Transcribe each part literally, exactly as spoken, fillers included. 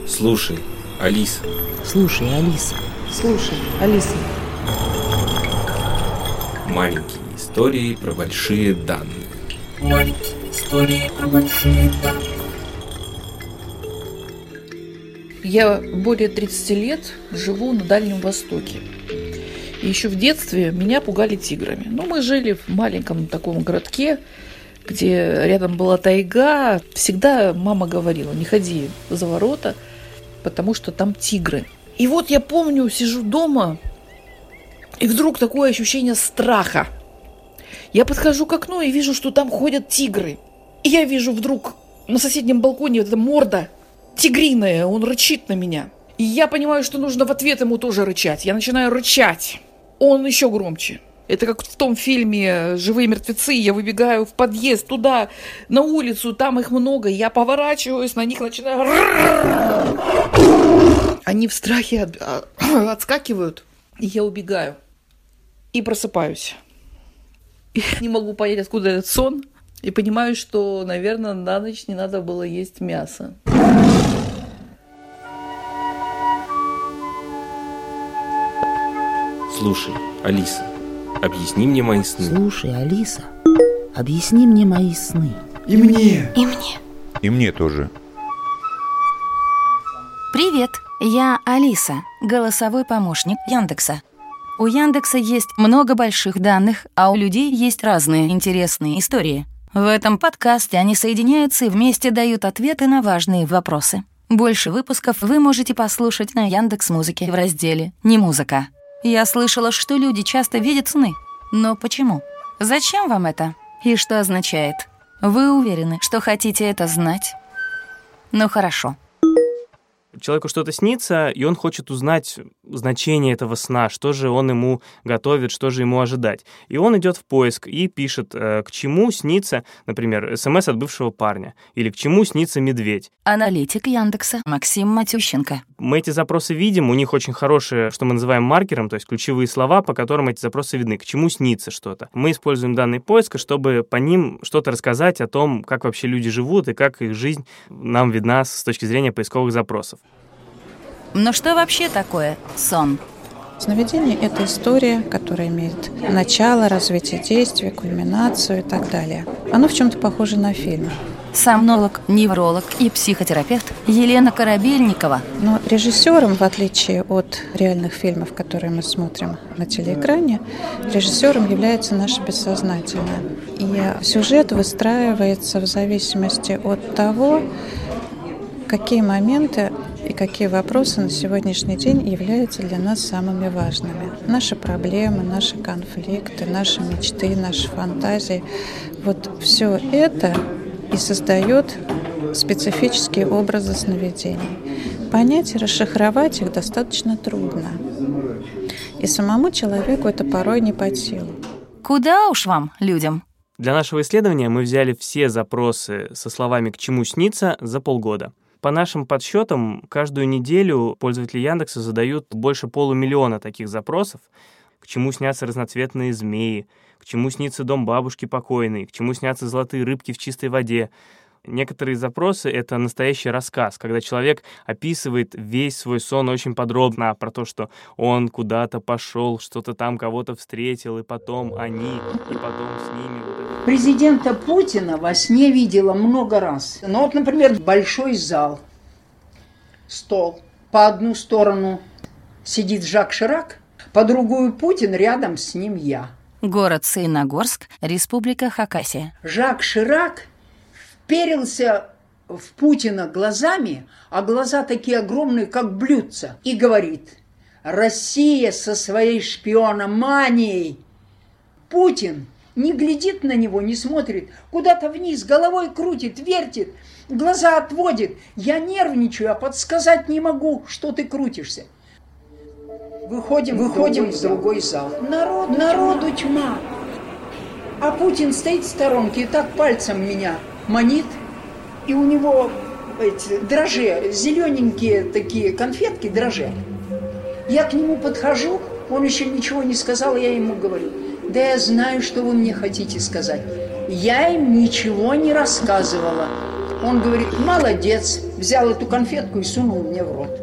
Слушай, Алиса. Слушай, Алиса. Слушай, Алиса. Маленькие истории про большие данные. Маленькие истории про большие данные. Я более тридцати лет живу на Дальнем Востоке. И еще в детстве меня пугали тиграми. Но мы жили в маленьком таком городке, где рядом была тайга. Всегда мама говорила: не ходи за ворота, потому что там тигры. И вот я помню, сижу дома, и вдруг такое ощущение страха. Я подхожу к окну и вижу, что там ходят тигры. И я вижу вдруг на соседнем балконе вот эта морда тигриная, он рычит на меня. И я понимаю, что нужно в ответ ему тоже рычать. Я начинаю рычать. Он еще громче. Это как в том фильме «Живые мертвецы». Я выбегаю в подъезд, туда, на улицу, там их много. Я поворачиваюсь, на них начинаю... Они в страхе от... отскакивают, и я убегаю. И просыпаюсь. И не могу понять, откуда этот сон. И понимаю, что, наверное, на ночь не надо было есть мясо. Слушай, Алиса, объясни мне мои сны. Слушай, Алиса, объясни мне мои сны. И мне. И мне. И мне тоже. Привет, я Алиса, голосовой помощник Яндекса. У Яндекса есть много больших данных, а у людей есть разные интересные истории. В этом подкасте они соединяются и вместе дают ответы на важные вопросы. Больше выпусков вы можете послушать на Яндекс.Музыке в разделе «Не музыка». Я слышала, что люди часто видят сны. Но почему? Зачем вам это? И что означает? Вы уверены, что хотите это знать? Ну хорошо. Человеку что-то снится, и он хочет узнать значение этого сна, что же он ему готовит, что же ему ожидать. И он идет в поиск и пишет, к чему снится, например, смс от бывшего парня, или к чему снится медведь. Аналитик Яндекса Максим Матющенко. Мы эти запросы видим, у них очень хорошие, что мы называем маркером, то есть ключевые слова, по которым эти запросы видны, к чему снится что-то. Мы используем данные поиска, чтобы по ним что-то рассказать о том, как вообще люди живут и как их жизнь нам видна с точки зрения поисковых запросов. Но что вообще такое сон? Сновидение – это история, которая имеет начало, развитие действия, кульминацию и так далее. Оно в чем-то похоже на фильм. Сомнолог, невролог и психотерапевт Елена Корабельникова. Но режиссером, в отличие от реальных фильмов, которые мы смотрим на телеэкране, режиссером является наше бессознательное. И сюжет выстраивается в зависимости от того, какие моменты и какие вопросы на сегодняшний день являются для нас самыми важными. Наши проблемы, наши конфликты, наши мечты, наши фантазии. Вот все это и создает специфические образы сновидений. Понять и расшифровать их достаточно трудно. И самому человеку это порой не под силу. Куда уж вам, людям? Для нашего исследования мы взяли все запросы со словами «к чему снится» за полгода. По нашим подсчетам, каждую неделю пользователи Яндекса задают больше полумиллиона таких запросов. К чему снятся разноцветные змеи, к чему снится дом бабушки покойной, к чему снятся золотые рыбки в чистой воде. Некоторые запросы — это настоящий рассказ, когда человек описывает весь свой сон очень подробно про то, что он куда-то пошел, что-то там кого-то встретил, и потом они, и потом с ними. Президента Путина во сне видела много раз. Ну вот, например, большой зал, стол. По одну сторону сидит Жак Ширак, по другую Путин, рядом с ним я. Город Саяногорск, Республика Хакасия. Жак Ширак вперился в Путина глазами, а глаза такие огромные, как блюдца, и говорит: «Россия со своей шпиономанией». Путин не глядит на него, не смотрит, куда-то вниз, головой крутит, вертит, глаза отводит. Я нервничаю, а подсказать не могу, что ты крутишься. Выходим, выходим в другой зал. Народ, народу тьма. А Путин стоит в сторонке и так пальцем меня манит. И у него эти дрожжи, зелененькие такие конфетки, дрожжи. Я к нему подхожу, он еще ничего не сказал, я ему говорю: да я знаю, что вы мне хотите сказать. Я им ничего не рассказывала. Он говорит: молодец, взял эту конфетку и сунул мне в рот.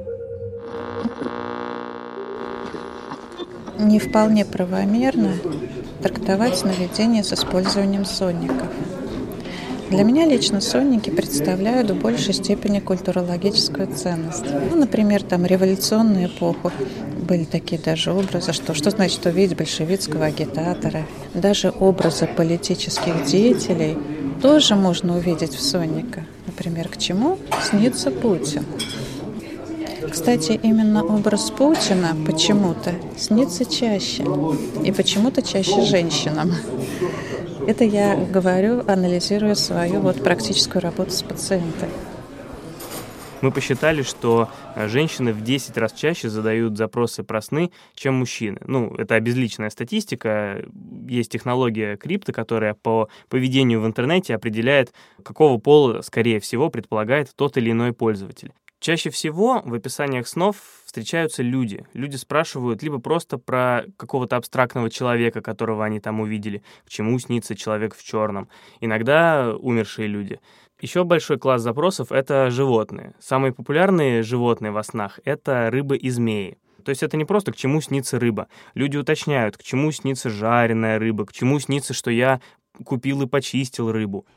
Не вполне правомерно трактовать сновидения с использованием сонников. Для меня лично сонники представляют в большей степени культурологическую ценность. Ну, например, там революционную эпоху были такие даже образы, что, что значит увидеть большевистского агитатора. Даже образы политических деятелей тоже можно увидеть в сонниках. Например, к чему снится Путин. Кстати, именно образ Путина почему-то снится чаще. И почему-то чаще женщинам. Это я говорю, анализируя свою вот практическую работу с пациентой. Мы посчитали, что женщины в десять раз чаще задают запросы про сны, чем мужчины. Ну, это обезличенная статистика. Есть технология крипто, которая по поведению в интернете определяет, какого пола, скорее всего, предполагает тот или иной пользователь. Чаще всего в описаниях снов встречаются люди. Люди спрашивают либо просто про какого-то абстрактного человека, которого они там увидели, к чему снится человек в черном. Иногда умершие люди. Еще большой класс запросов — это животные. Самые популярные животные во снах — это рыбы и змеи. То есть это не просто к чему снится рыба. Люди уточняют, к чему снится жареная рыба, к чему снится, что я купил и почистил рыбу.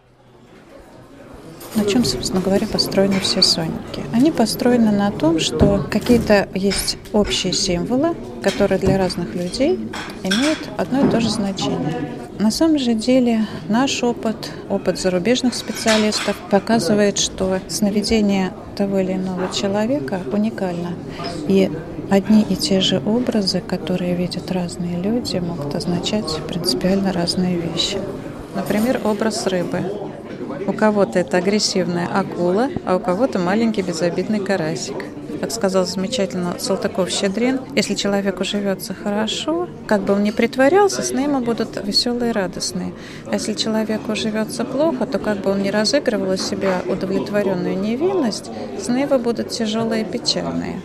На чем, собственно говоря, построены все сонники? Они построены на том, что какие-то есть общие символы, которые для разных людей имеют одно и то же значение. На самом же деле наш опыт, опыт зарубежных специалистов показывает, что сновидение того или иного человека уникально. И одни и те же образы, которые видят разные люди, могут означать принципиально разные вещи. Например, образ рыбы. У кого-то это агрессивная акула, а у кого-то маленький безобидный карасик. Как сказал замечательно Салтыков-Щедрин, если человеку живется хорошо, как бы он ни притворялся, сны ему будут веселые и радостные. А если человеку живется плохо, то как бы он ни разыгрывал из себя удовлетворенную невинность, сны его будут тяжелые и печальные.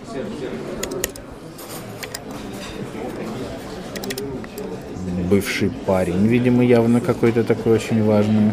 Бывший парень, видимо, явно какой-то такой очень важный.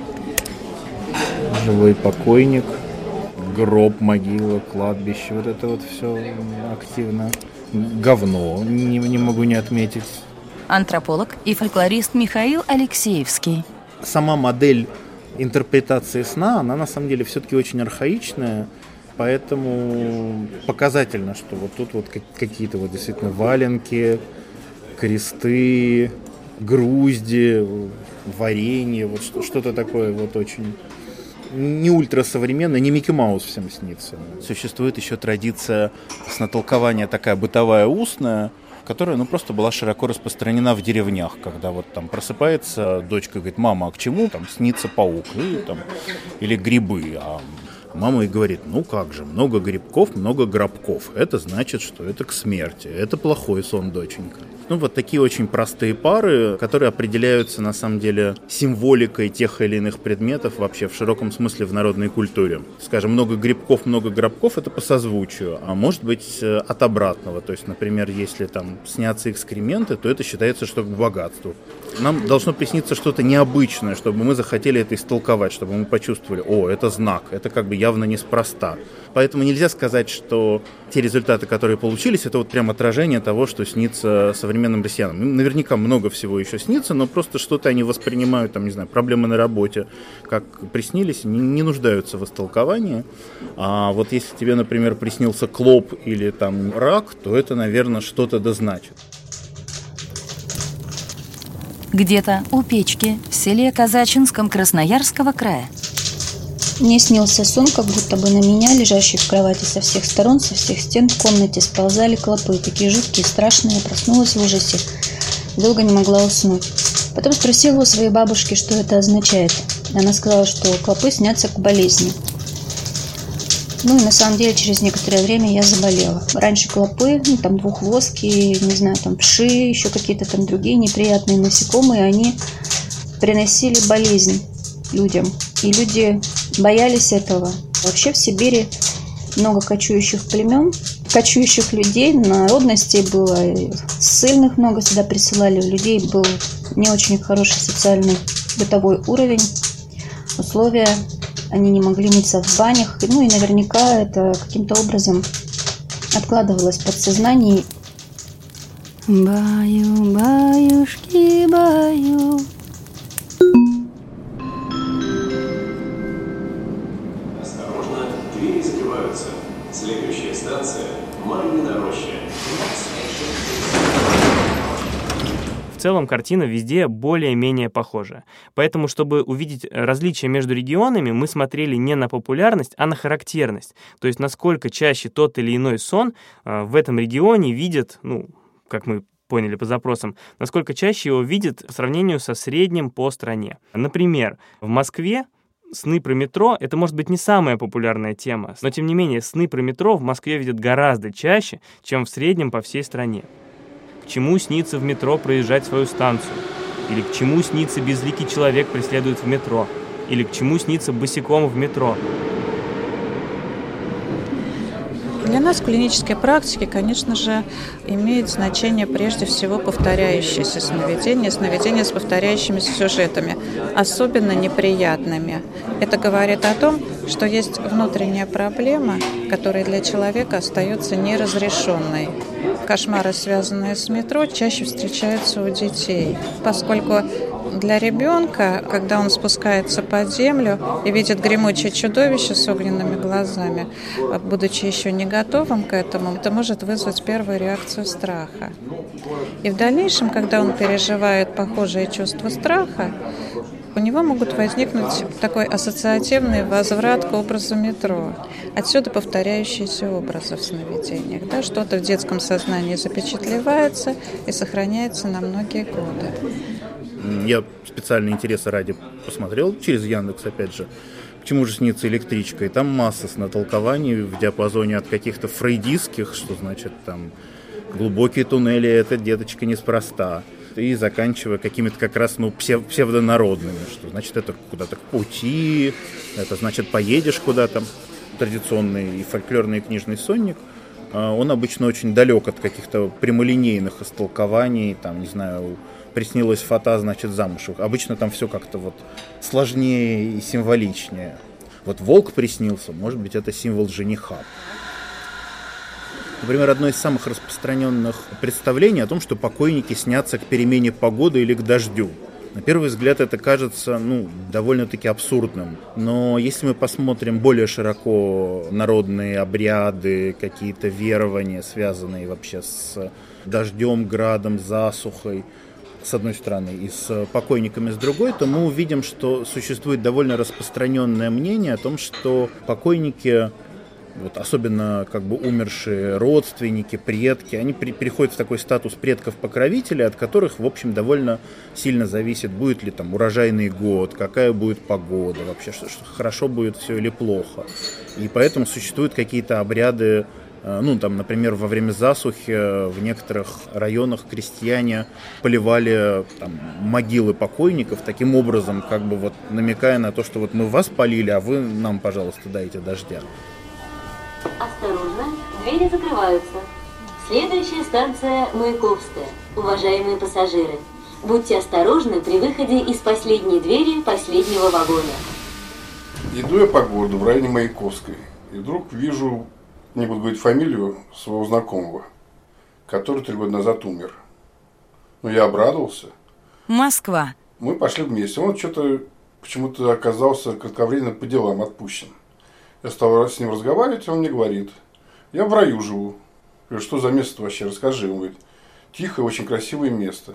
Живой покойник, гроб, могила, кладбище, вот это вот все активно. Говно, не, не могу не отметить. Антрополог и фольклорист Михаил Алексеевский. Сама модель интерпретации сна, она на самом деле все-таки очень архаичная, поэтому показательно, что вот тут вот какие-то вот действительно валенки, кресты, грузди, варенье, вот что-то такое вот очень... Не ультрасовременная, не Микки Маус всем снится. Существует еще традиция снотолкования такая бытовая, устная, которая ну, просто была широко распространена в деревнях, когда вот там просыпается дочка, говорит: мама, а к чему там снится паук? И, там, или грибы. А мама ей говорит: ну как же, много грибков, много гробков. Это значит, что это к смерти. Это плохой сон, доченька. Ну, вот такие очень простые пары, которые определяются, на самом деле, символикой тех или иных предметов вообще в широком смысле в народной культуре. Скажем, много грибков, много гробков — это по созвучию, а может быть от обратного. То есть, например, если там снятся экскременты, то это считается, что к богатству. Нам должно присниться что-то необычное, чтобы мы захотели это истолковать, чтобы мы почувствовали: о, это знак, это как бы явно неспроста. Поэтому нельзя сказать, что те результаты, которые получились, это вот прям отражение того, что снится современным россиянам. Им наверняка много всего еще снится, но просто что-то они воспринимают, там, не знаю, проблемы на работе, как приснились, не, не нуждаются в истолковании. А вот если тебе, например, приснился клоп или там рак, то это, наверное, что-то да значит. Где-то у печки в селе Казачинском Красноярского края. Мне снился сон, как будто бы на меня, лежащей в кровати со всех сторон, со всех стен в комнате сползали клопы, такие жуткие, страшные. Проснулась в ужасе, долго не могла уснуть. Потом спросила у своей бабушки, что это означает. Она сказала, что клопы снятся к болезни. Ну и на самом деле через некоторое время я заболела. Раньше клопы, ну там двухвостки, не знаю, там вши, еще какие-то там другие неприятные насекомые, они приносили болезнь людям. И люди боялись этого. Вообще в Сибири много кочующих племен, кочующих людей, народностей было, ссыльных много сюда присылали, у людей был не очень хороший социальный бытовой уровень, условия они не могли мыться в банях. Ну и наверняка это каким-то образом откладывалось в подсознании. Баю, баюшки, баю. Осторожно, двери закрываются. Следующая станция – Марьина роща. В целом картина везде более-менее похожа. Поэтому, чтобы увидеть различия между регионами, мы смотрели не на популярность, а на характерность. То есть, насколько чаще тот или иной сон э, в этом регионе видят, ну, как мы поняли по запросам, насколько чаще его видят в сравнении со средним по стране. Например, в Москве сны про метро — это, может быть, не самая популярная тема, но, тем не менее, сны про метро в Москве видят гораздо чаще, чем в среднем по всей стране. К чему снится в метро проезжать свою станцию? Или к чему снится безликий человек преследует в метро? Или к чему снится босиком в метро? Для нас в клинической практике, конечно же, имеет значение прежде всего повторяющиеся сновидения, сновидения с повторяющимися сюжетами, особенно неприятными. Это говорит о том, что есть внутренняя проблема, которая для человека остается неразрешенной. Кошмары, связанные с метро, чаще встречаются у детей, поскольку для ребенка, когда он спускается под землю и видит гремучее чудовище с огненными глазами, будучи еще не готовым к этому, это может вызвать первую реакцию страха. И в дальнейшем, когда он переживает похожие чувства страха, у него могут возникнуть такой ассоциативный возврат к образу метро. Отсюда повторяющиеся образы в сновидениях. Да? Что-то в детском сознании запечатлевается и сохраняется на многие годы. Я специально интереса ради посмотрел через Яндекс, опять же, к чему же снится электричка. И там масса снотолкований в диапазоне от каких-то фрейдистских, что значит там глубокие туннели, это, деточка, неспроста. И заканчивая какими-то как раз ну, псевдонародными, что значит это куда-то к пути, это значит поедешь куда-то. Традиционный и фольклорный и книжный сонник, он обычно очень далек от каких-то прямолинейных истолкований, там, не знаю, приснилась фата, значит замуж. Обычно там все как-то вот сложнее и символичнее. Вот волк приснился, может быть, это символ жениха. Например, одно из самых распространенных представлений о том, что покойники снятся к перемене погоды или к дождю. На первый взгляд это кажется ну, довольно-таки абсурдным. Но если мы посмотрим более широко народные обряды, какие-то верования, связанные вообще с дождем, градом, засухой, с одной стороны, и с покойниками с другой, то мы увидим, что существует довольно распространенное мнение о том, что покойники, вот, особенно как бы умершие родственники, предки, они при, переходят в такой статус предков-покровителей, от которых, в общем, довольно сильно зависит, будет ли там урожайный год, какая будет погода, вообще, что, что хорошо будет все или плохо. И поэтому существуют какие-то обряды, ну, там, например, во время засухи в некоторых районах крестьяне поливали там, могилы покойников таким образом, как бы вот намекая на то, что вот мы вас полили, а вы нам, пожалуйста, дайте дождя. Осторожно, двери закрываются. Следующая станция Маяковская. Уважаемые пассажиры, будьте осторожны при выходе из последней двери последнего вагона. Иду я по городу в районе Маяковской, и вдруг вижу, не буду говорить фамилию своего знакомого, который три года назад умер. Ну, я обрадовался. Москва. Мы пошли вместе. Он что-то почему-то оказался кратковременно по делам отпущен. Я стал с ним разговаривать, он мне говорит: я в раю живу. Я говорю: что за место вообще, расскажи. Он говорит: тихое, очень красивое место.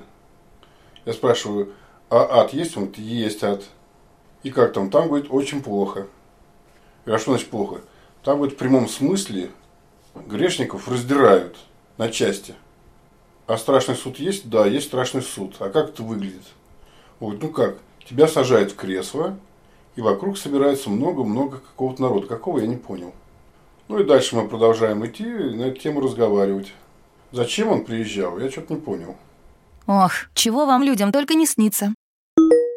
Я спрашиваю: а ад есть? Он говорит: есть ад. И как там? Там, говорит, очень плохо. Я говорю: а что значит плохо? Там, говорит, в прямом смысле грешников раздирают на части. А страшный суд есть? Да, есть страшный суд. А как это выглядит? Он говорит: ну как? Тебя сажают в кресло, и вокруг собирается много-много какого-то народа. Какого, я не понял. Ну и дальше мы продолжаем идти и на эту тему разговаривать. Зачем он приезжал, я что-то не понял. Ох, чего вам, людям, только не снится.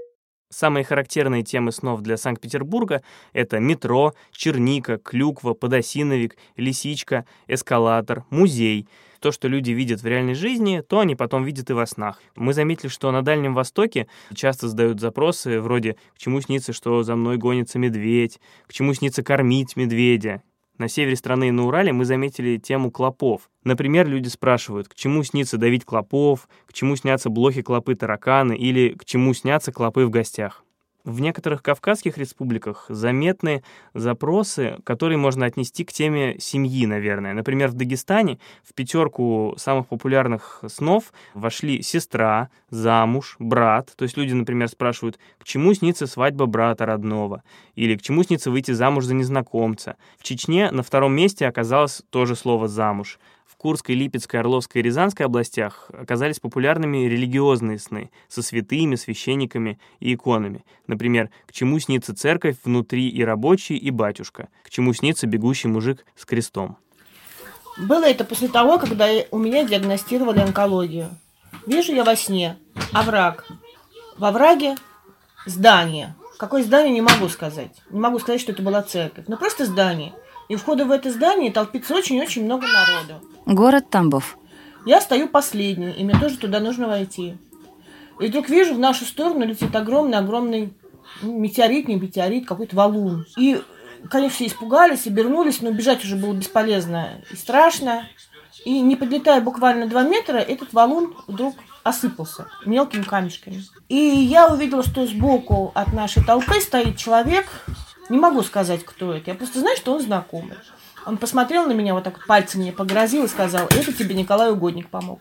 Самые характерные темы снов для Санкт-Петербурга — это метро, черника, клюква, подосиновик, лисичка, эскалатор, музей. То, что люди видят в реальной жизни, то они потом видят и во снах. Мы заметили, что на Дальнем Востоке часто задают запросы вроде «К чему снится, что за мной гонится медведь?», «К чему снится кормить медведя?». На севере страны и на Урале мы заметили тему клопов. Например, люди спрашивают, к чему снится давить клопов, к чему снятся блохи, клопы, тараканы или к чему снятся клопы в гостях. В некоторых кавказских республиках заметны запросы, которые можно отнести к теме семьи, наверное. Например, в Дагестане в пятерку самых популярных снов вошли сестра, замуж, брат. То есть люди, например, спрашивают, к чему снится свадьба брата родного, или к чему снится выйти замуж за незнакомца. В Чечне на втором месте оказалось тоже слово «замуж». В Курской, Липецкой, Орловской и Рязанской областях оказались популярными религиозные сны со святыми, священниками и иконами. Например, «К чему снится церковь внутри и рабочий, и батюшка», «К чему снится бегущий мужик с крестом». Было это после того, когда у меня диагностировали онкологию. Вижу я во сне овраг. Во овраге здание. Какое здание, не могу сказать. Не могу сказать, что это была церковь. Но просто здание. И входа в это здание толпится очень-очень много народу. Город Тамбов. Я стою последней, и мне тоже туда нужно войти. И вдруг вижу, в нашу сторону летит огромный-огромный метеорит, не метеорит, какой-то валун. И, конечно, все испугались, обернулись, но бежать уже было бесполезно и страшно. И не подлетая буквально два метра, этот валун вдруг осыпался мелкими камешками. И я увидела, что сбоку от нашей толпы стоит человек. Не могу сказать, кто это. Я просто знаю, что он знакомый. Он посмотрел на меня, вот так вот пальцем мне погрозил и сказал: это тебе Николай Угодник помог.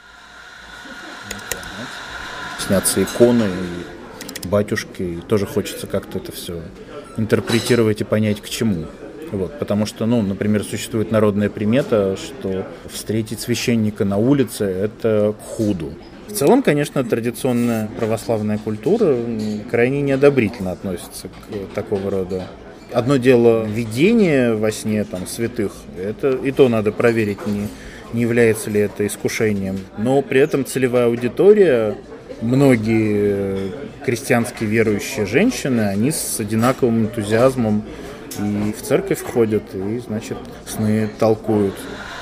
Снятся иконы и батюшки, и тоже хочется как-то это все интерпретировать и понять, к чему. Вот, потому что, ну, например, существует народная примета, что встретить священника на улице – это к худу. В целом, конечно, традиционная православная культура крайне неодобрительно относится к такого рода. Одно дело видение во сне там, святых, это и то надо проверить, не, не является ли это искушением. Но при этом целевая аудитория, многие крестьянские верующие женщины, они с одинаковым энтузиазмом и в церковь ходят, и, значит, сны толкуют.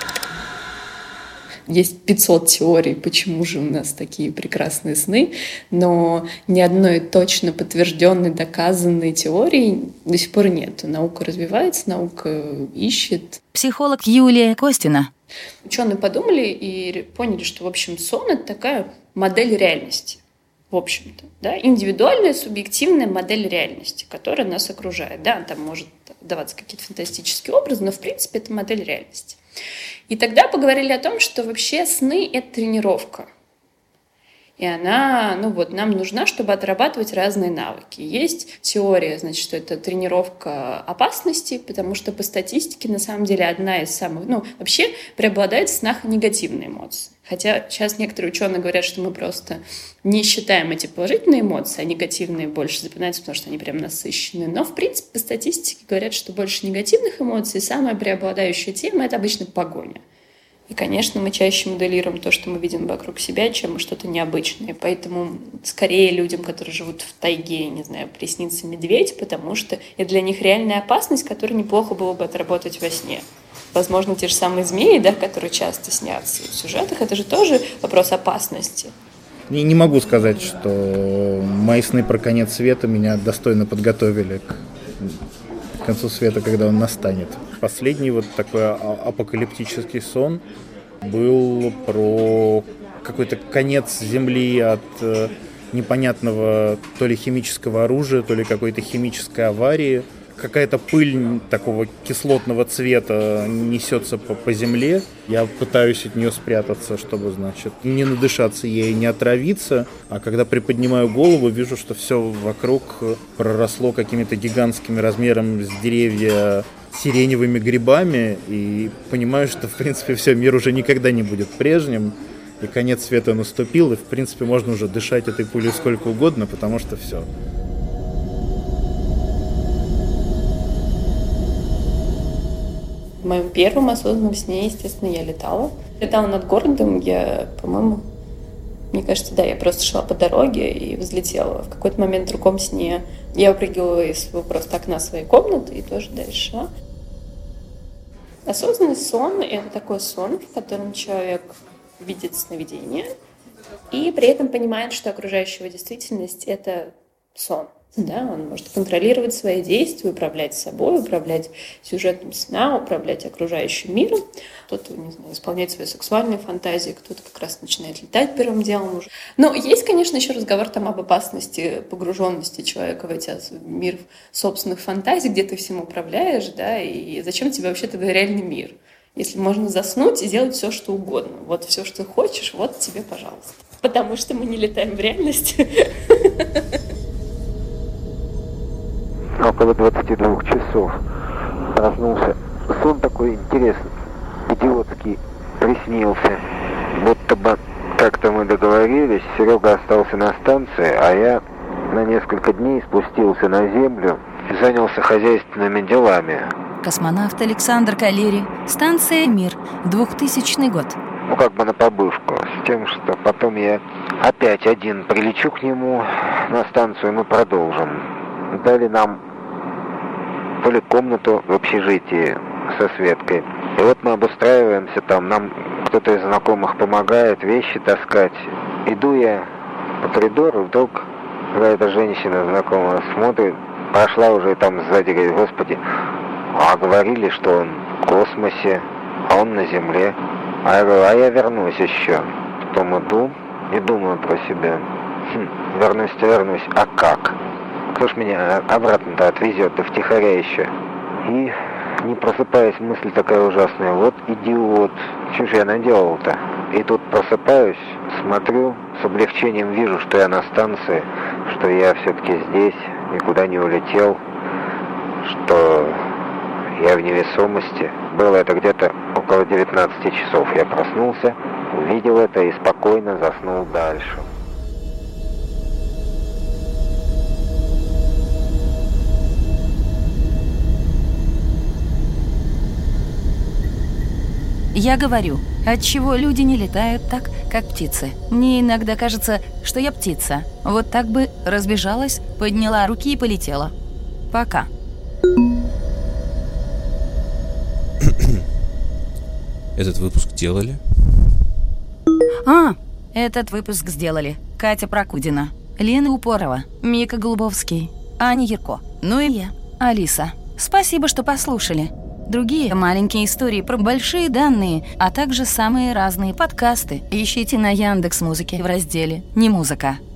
Есть пятьсот теорий, почему же у нас такие прекрасные сны, но ни одной точно подтвержденной, доказанной теории до сих пор нет. Наука развивается, наука ищет. Психолог Юлия Костина. Ученые подумали и поняли, что, в общем, сон — это такая модель реальности. В общем-то, да, индивидуальная, субъективная модель реальности, которая нас окружает. Да, там может даваться какие-то фантастические образы, но, в принципе, это модель реальности. И тогда поговорили о том, что вообще сны — это тренировка. И она, ну вот, нам нужна, чтобы отрабатывать разные навыки. Есть теория, значит, что это тренировка опасности, потому что по статистике, на самом деле, одна из самых... Ну, вообще преобладает в снах негативные эмоции. Хотя сейчас некоторые ученые говорят, что мы просто не считаем эти положительные эмоции, а негативные больше запоминаются, потому что они прям насыщенные. Но, в принципе, по статистике говорят, что больше негативных эмоций, и самая преобладающая тема — это обычно погоня. И, конечно, мы чаще моделируем то, что мы видим вокруг себя, чем что-то необычное. Поэтому скорее людям, которые живут в тайге, не знаю, приснится медведь, потому что это для них реальная опасность, которую неплохо было бы отработать во сне. Возможно, те же самые змеи, да, которые часто снятся в сюжетах, это же тоже вопрос опасности. Не, не могу сказать, что мои сны про конец света меня достойно подготовили к к концу света, когда он настанет. Последний вот такой апокалиптический сон был про какой-то конец Земли от непонятного то ли химического оружия, то ли какой-то химической аварии. Какая-то пыль такого кислотного цвета несется по, по земле. Я пытаюсь от нее спрятаться, чтобы, значит, не надышаться ей, не отравиться. А когда приподнимаю голову, вижу, что все вокруг проросло какими-то гигантскими размерами с деревья сиреневыми грибами. И понимаю, что, в принципе, все, мир уже никогда не будет прежним. И конец света наступил, и, в принципе, можно уже дышать этой пылью сколько угодно, потому что все. В моем первом осознанном сне, естественно, я летала. Летала над городом, я, по-моему, Мне кажется, да, я просто шла по дороге и взлетела. В какой-то момент в другом сне я выпрыгивала из просто окна своей комнаты и тоже дальше шла. Осознанный сон – это такой сон, в котором человек видит сновидение и при этом понимает, что окружающая действительность – это сон. Да, он может контролировать свои действия, управлять собой, управлять сюжетом сна, управлять окружающим миром. Кто-то, не знаю, исполняет свои сексуальные фантазии, кто-то как раз начинает летать первым делом уже. Но есть, конечно, еще разговор там об опасности погруженности человека в эти мир собственных фантазий, где ты всем управляешь, да, и зачем тебе вообще тогда реальный мир? Если можно заснуть и делать все, что угодно. Вот все, что хочешь, вот тебе, пожалуйста. Потому что мы не летаем в реальности. Около двадцати двух часов проснулся. Сон такой интересный, идиотский, приснился. Будто бы как-то мы договорились, Серега остался на станции, а я на несколько дней спустился на землю и занялся хозяйственными делами. Космонавт Александр Калери. Станция «Мир». двухтысячный год. Ну, как бы на побывку. С тем, что потом я опять один прилечу к нему на станцию, и мы продолжим. Дали нам то ли комнату в общежитии со Светкой. И вот мы обустраиваемся там, нам кто-то из знакомых помогает вещи таскать. Иду я по коридору, вдруг какая-то женщина знакомая смотрит, прошла уже и там сзади, говорит: господи, а говорили, что он в космосе, а он на Земле. А я говорю: а я вернусь еще. Потом иду и думаю про себя: хм, вернусь-то вернусь, а как? Кто ж меня обратно-то отвезет, да втихаря еще? И, не просыпаясь, мысль такая ужасная: вот идиот, что же я наделал-то? И тут просыпаюсь, смотрю, с облегчением вижу, что я на станции, что я все-таки здесь, никуда не улетел, что я в невесомости. Было это где-то около девятнадцати часов. Я проснулся, увидел это и спокойно заснул дальше. Я говорю, отчего люди не летают так, как птицы. Мне иногда кажется, что я птица. Вот так бы разбежалась, подняла руки и полетела. Пока. Этот выпуск делали? А, этот выпуск сделали Катя Прокудина, Лена Упорова, Мика Голубовский, Аня Ярко, ну и я, Алиса. Спасибо, что послушали. Другие маленькие истории про большие данные, а также самые разные подкасты ищите на Яндекс.Музыке в разделе «Не музыка».